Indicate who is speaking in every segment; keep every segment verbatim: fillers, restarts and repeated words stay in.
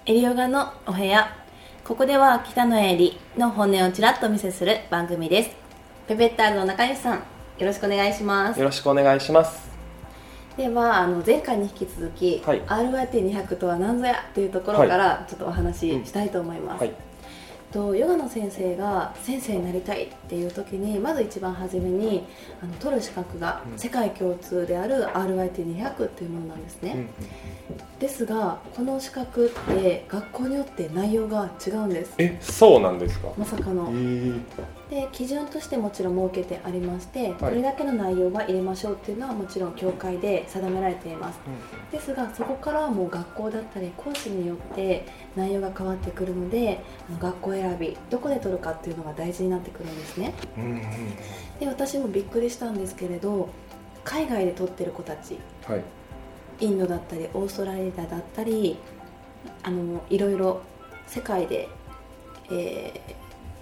Speaker 1: エリヨガのお部屋。ここでは北野エリの本音をちらっとお見せする番組です。ペペッタールの中西さん、よろしくお願いします。
Speaker 2: よろしくお願いします。
Speaker 1: では、あの前回に引き続き、はい、アールワイティーにひゃく とは何ぞやっていうところからちょっとお話ししたいと思います。はいうんはいとヨガの先生が先生になりたいっていう時にまず一番初めにあの取る資格が世界共通である アールワイティーにひゃく っていうものなんですね、うん、ですがこの資格って学校によって内容が違うんです。
Speaker 2: え、そうなんですか。
Speaker 1: まさかの、えー、で基準としてもちろん設けてありまして、はい、これだけの内容は入れましょうっていうのはもちろん教会で定められています、うん、ですがそこからはもう学校だったり講師によって内容が変わってくるのであの学校選びどこで取るかっていうのが大事になってくるんですね、うんうん、で私もびっくりしたんですけれど海外で取ってる子たち、はい、インドだったりオーストラリアだったりあのいろいろ世界で、えー、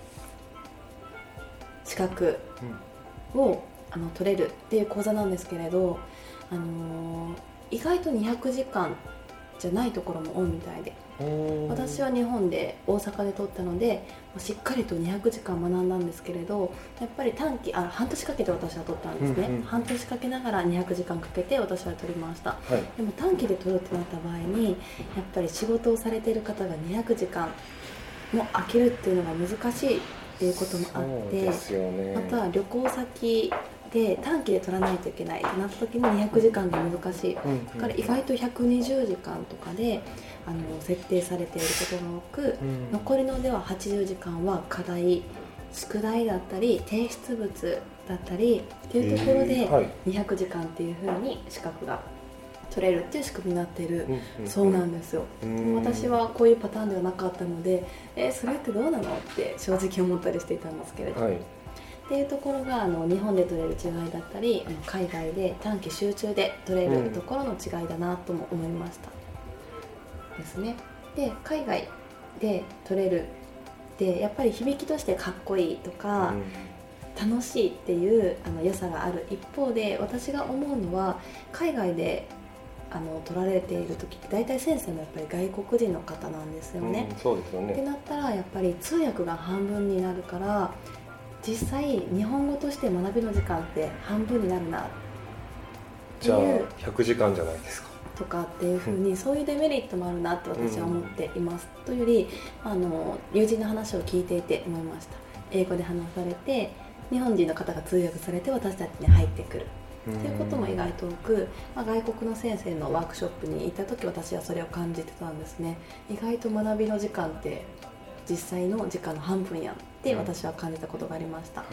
Speaker 1: 資格を、うん、あの取れるっていう講座なんですけれど、あのー、意外とにひゃくじかんじゃないところも多いみたいで私は日本で大阪で取ったのでしっかりとにひゃくじかん学んだんですけれどやっぱり短期あ半年かけて私は取ったんですね、うんうん、半年かけながらにひゃくじかんかけて私は取りました、はい、でも短期で取るってなった場合にやっぱり仕事をされている方がにひゃくじかんも空けるっていうのが難しいっていうこともあって、ね、また旅行先で短期で取らないといけないってなった時ににひゃくじかんが難しい、うんうん、だから意外とひゃくにじゅうじかんとかであの設定されていることが多く、うん、残りのでははちじゅうじかんは課題宿題だったり提出物だったりっていうところでにひゃくじかんっていう風に資格が取れるっていう仕組みになっている、うんうん、そうなんですよ、うん、私はこういうパターンではなかったのでえそれってどうなのって正直思ったりしていたんですけれど、はいっていうところがあの日本で取れる違いだったり海外で短期集中で取れるところの違いだなとも思いました、うん、ですね。で海外で取れるってやっぱり響きとしてかっこいいとか、うん、楽しいっていうあの良さがある一方で私が思うのは海外であの取られている時って大体先生もやっぱり外国人の方なんですよね、
Speaker 2: うん、そうですよね。
Speaker 1: ってなったらやっぱり通訳が半分になるから実際日本語として学びの時間って半分になるなっていうじゃあ
Speaker 2: ひゃくじかんじゃないですか
Speaker 1: とかっていう風にそういうデメリットもあるなと私は思っています、うん、というよりあの友人の話を聞いていて思いました。英語で話されて日本人の方が通訳されて私たちに入ってくるっていうことも意外と多く、まあ、外国の先生のワークショップに行った時私はそれを感じてたんですね。意外と学びの時間って実際の時間の半分やって私は感じたことがありました、はい、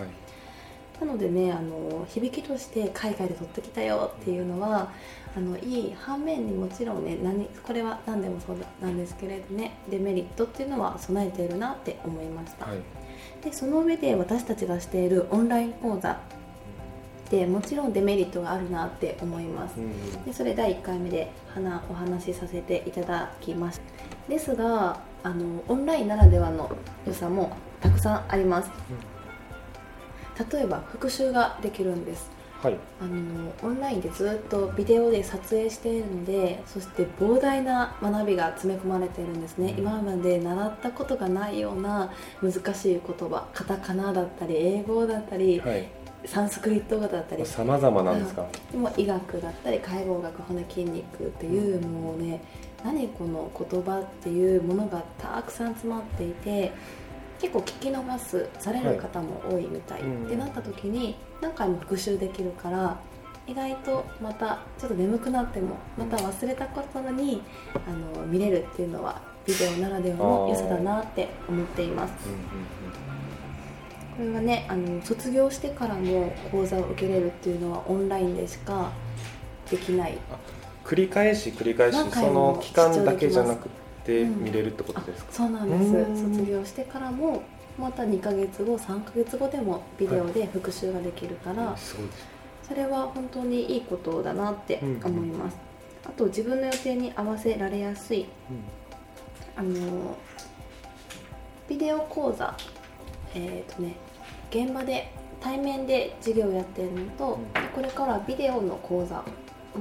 Speaker 1: なのでねあの響きとして海外で取ってきたよっていうのはあのいい反面にもちろんね何これは何でもそうなんですけれどねデメリットっていうのは備えているなって思いました、はい、でその上で私たちがしているオンライン講座でもちろんデメリットがあるなって思います、うん、でそれだいいっかいめでお話しさせていただきましたですがあのオンラインならではの良さもたくさんあります、うん、例えば復習ができるんです、はい、あのオンラインでずっとビデオで撮影しているのでそして膨大な学びが詰め込まれているんですね、うん、今まで習ったことがないような難しい言葉カタカナだったり英語だったり、はいサンスクリット語だったり
Speaker 2: 様々なんですか。
Speaker 1: でも医学だったり解剖学骨筋肉っていう、うん、もうね何この言葉っていうものがたくさん詰まっていて結構聞き逃すされる方も多いみたい、はい、ってなった時に何回も復習できるから意外とまたちょっと眠くなってもまた忘れたことにあの見れるっていうのはビデオならではの良さだなって思っています、うんうんうんこれはねあの卒業してからも講座を受けれるっていうのはオンラインでしかできない
Speaker 2: 繰り返し繰り返しその期間だけじゃなくて見れるってことですか、
Speaker 1: うん、そうなんです卒業してからもまたにかげつごさんかげつごでもビデオで復習ができるから、はい、それは本当にいいことだなって思います、うん、あと自分の予定に合わせられやすい、うん、あのビデオ講座えーとね、現場で対面で授業をやっているのと、うん、これからビデオの講座も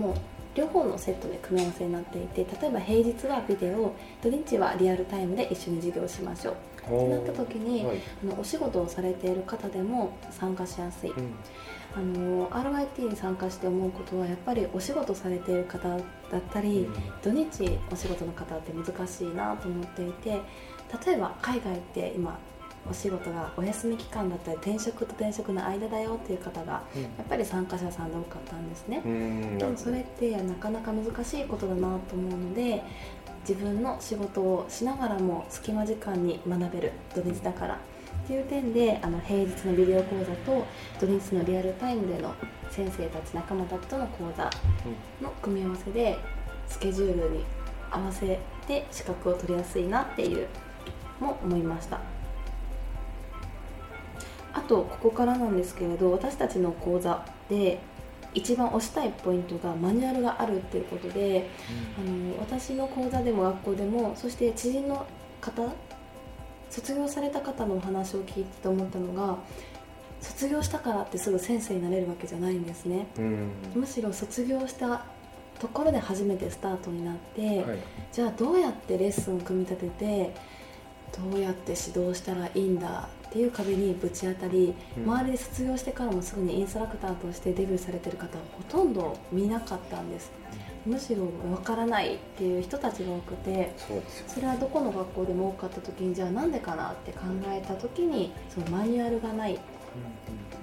Speaker 1: 両方のセットで組み合わせになっていて、例えば平日はビデオ、土日はリアルタイムで一緒に授業をしましょうってなった時に、はい、あのお仕事をされている方でも参加しやすい、うん、あの アールワイティー に参加して思うことは、やっぱりお仕事されている方だったり、うん、土日お仕事の方って難しいなと思っていて、例えば海外って今お仕事がお休み期間だったり転職と転職の間だよっていう方がやっぱり参加者さんで多かったんですね、うん、でもそれってなかなか難しいことだなと思うので、自分の仕事をしながらも隙間時間に学べる、土日だからっていう点で、あの平日のビデオ講座と土日のリアルタイムでの先生たち仲間たちとの講座の組み合わせでスケジュールに合わせて資格を取りやすいなっていうも思いました。あとここからなんですけれど、私たちの講座で一番推したいポイントがマニュアルがあるっていうことで、うん、あの私の講座でも学校でも、そして知人の方、卒業された方のお話を聞いて思ったのが、卒業したからってすぐ先生になれるわけじゃないんですね、うん、むしろ卒業したところで初めてスタートになって、はい、じゃあどうやってレッスンを組み立ててどうやって指導したらいいんだっていう壁にぶち当たり、うん、周りで卒業してからもすぐにインストラクターとしてデビューされてる方はほとんど見なかったんです、うん、むしろわからないっていう人たちが多くて、 そうですよ。それはどこの学校でも多かった時に、じゃあなんでかなって考えた時に、そのマニュアルがない、うん、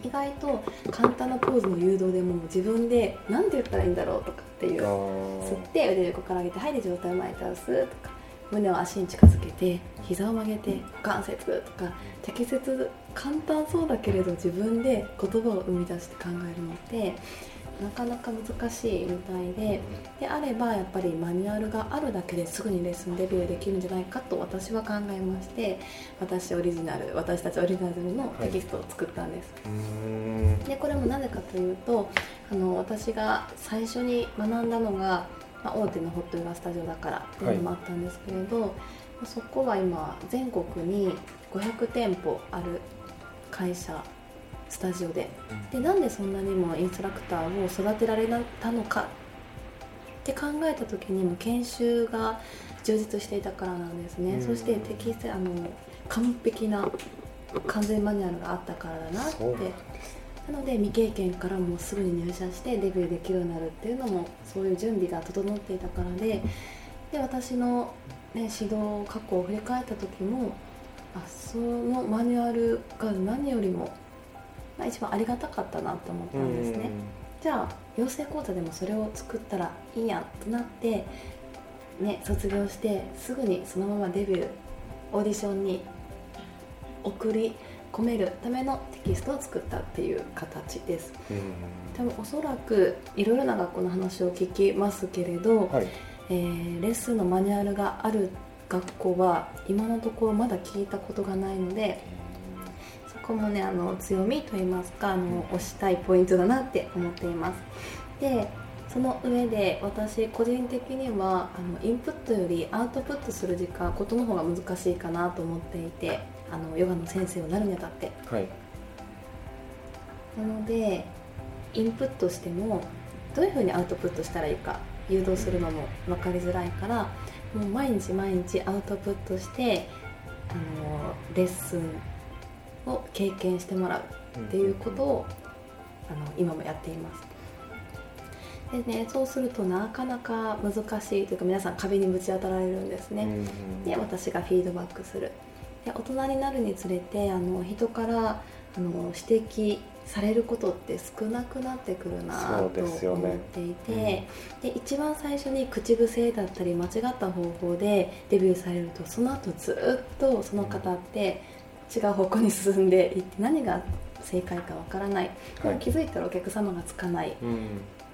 Speaker 1: 意外と簡単なポーズの誘導でも自分でなんて言ったらいいんだろうとかっていう、吸って腕を横から上げて、はいで上体を前に倒すとか、胸を足に近づけて膝を曲げて股関節とか、適切、簡単そうだけれど自分で言葉を生み出して考えるのってなかなか難しいみたいで、であればやっぱりマニュアルがあるだけですぐにレッスンデビューできるんじゃないかと私は考えまして、私オリジナル私たちオリジナルのテキストを作ったんです、はい、でこれもなぜかというと、あの私が最初に学んだのが、まあ、大手のホットヨガスタジオだからっていうのもあったんですけれど、はい、そこは今全国にごひゃくてんぽある会社スタジオで、でなんでそんなにもインストラクターを育てられたのかって考えた時にも、研修が充実していたからなんですね、うん、そして適正あの完璧な完全マニュアルがあったからだなって。なので未経験からもうすぐに入社してデビューできるようになるっていうのも、そういう準備が整っていたからで、で私の、ね、指導過去を振り返った時も、あそのマニュアルが何よりも、まあ、一番ありがたかったなと思ったんですね。じゃあ養成講座でもそれを作ったらいいやんとなって、ね、卒業してすぐにそのままデビューオーディションに送り込めるためのテキストを作ったっていう形です。多分おそらくいろいろな学校の話を聞きますけれど、はい、えー、レッスンのマニュアルがある学校は今のところまだ聞いたことがないので、そこもね、あの強みといいますか、あの推したいポイントだなって思っています。でその上で私個人的にはあのインプットよりアウトプットする時間ことの方が難しいかなと思っていて、あのヨガの先生をなるにあたって、はい、なのでインプットしてもどういうふうにアウトプットしたらいいか誘導するのも分かりづらいから、もう毎日毎日アウトプットしてあのレッスンを経験してもらうっていうことを、うん、あの今もやっています。でね、そうするとなかなか難しいというか、皆さん壁にぶち当たられるんですね、うんうん、で私がフィードバックする。で大人になるにつれてあの人からあの指摘されることって少なくなってくるなと思っていて、ね、うん、で一番最初に口癖だったり間違った方法でデビューされると、その後ずっとその方って違う方向に進んでいって、何が正解かわからない、はい、気づいたらお客様がつかない、うん、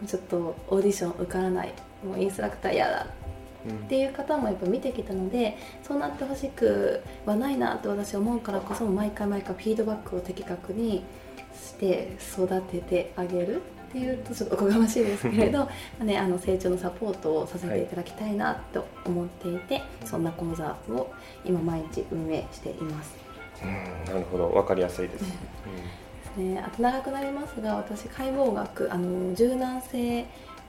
Speaker 1: ちょっとオーディション受からない、もうインストラクター嫌だっていう方もやっぱ見てきたので、そうなってほしくはないなと私は思うからこそ、毎回毎回フィードバックを的確にして育ててあげるっていうとちょっとおこがましいですけれどまあ、ね、あの成長のサポートをさせていただきたいなと思っていて、はい、そんな講座を今毎日運営しています。
Speaker 2: うん、なるほど、分かりやすいです、うん、
Speaker 1: ね、あと長くなりますが、私解剖学、あの柔軟性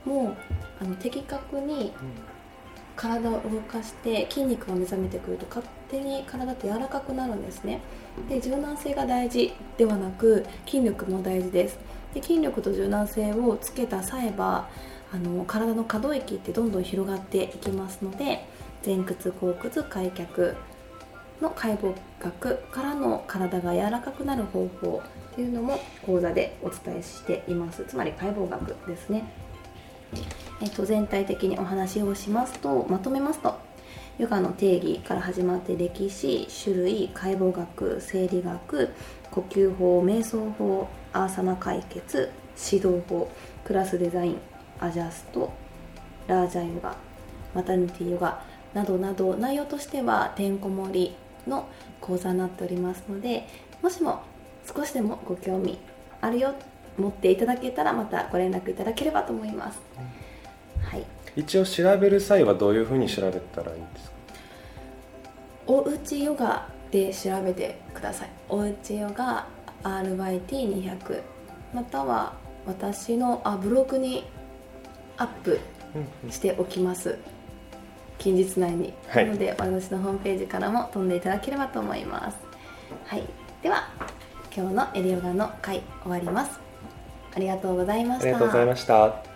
Speaker 1: もあの的確に体を動かして筋肉が目覚めてくると勝手に体って柔らかくなるんですね。で柔軟性が大事ではなく筋力も大事です。で筋力と柔軟性をつけたさえばあの体の可動域ってどんどん広がっていきますので、前屈後屈開脚の解剖学からの体が柔らかくなる方法っていうのも講座でお伝えしています。つまり解剖学ですね。えっと、全体的にお話をしますと、まとめますと、ヨガの定義から始まって歴史、種類、解剖学、生理学、呼吸法、瞑想法、アーサナ解決、指導法、クラスデザイン、アジャスト、ラージャヨガ、マタニティヨガなどなど、内容としてはてんこ盛りの講座になっておりますので、もしも少しでもご興味あるよ、持っていただけたらまたご連絡いただければと思います。はい、
Speaker 2: 一応調べる際はどういうふうに調べたらいいんですか？
Speaker 1: おうちヨガで調べてください。おうちヨガ アールワイティーにひゃく または私のあブログにアップしておきます、うんうん、近日内に、はい、なので私のホームページからも飛んでいただければと思います。はい、では今日のエリヨガの回終わります。ありがとうございました。
Speaker 2: ありがとうございました。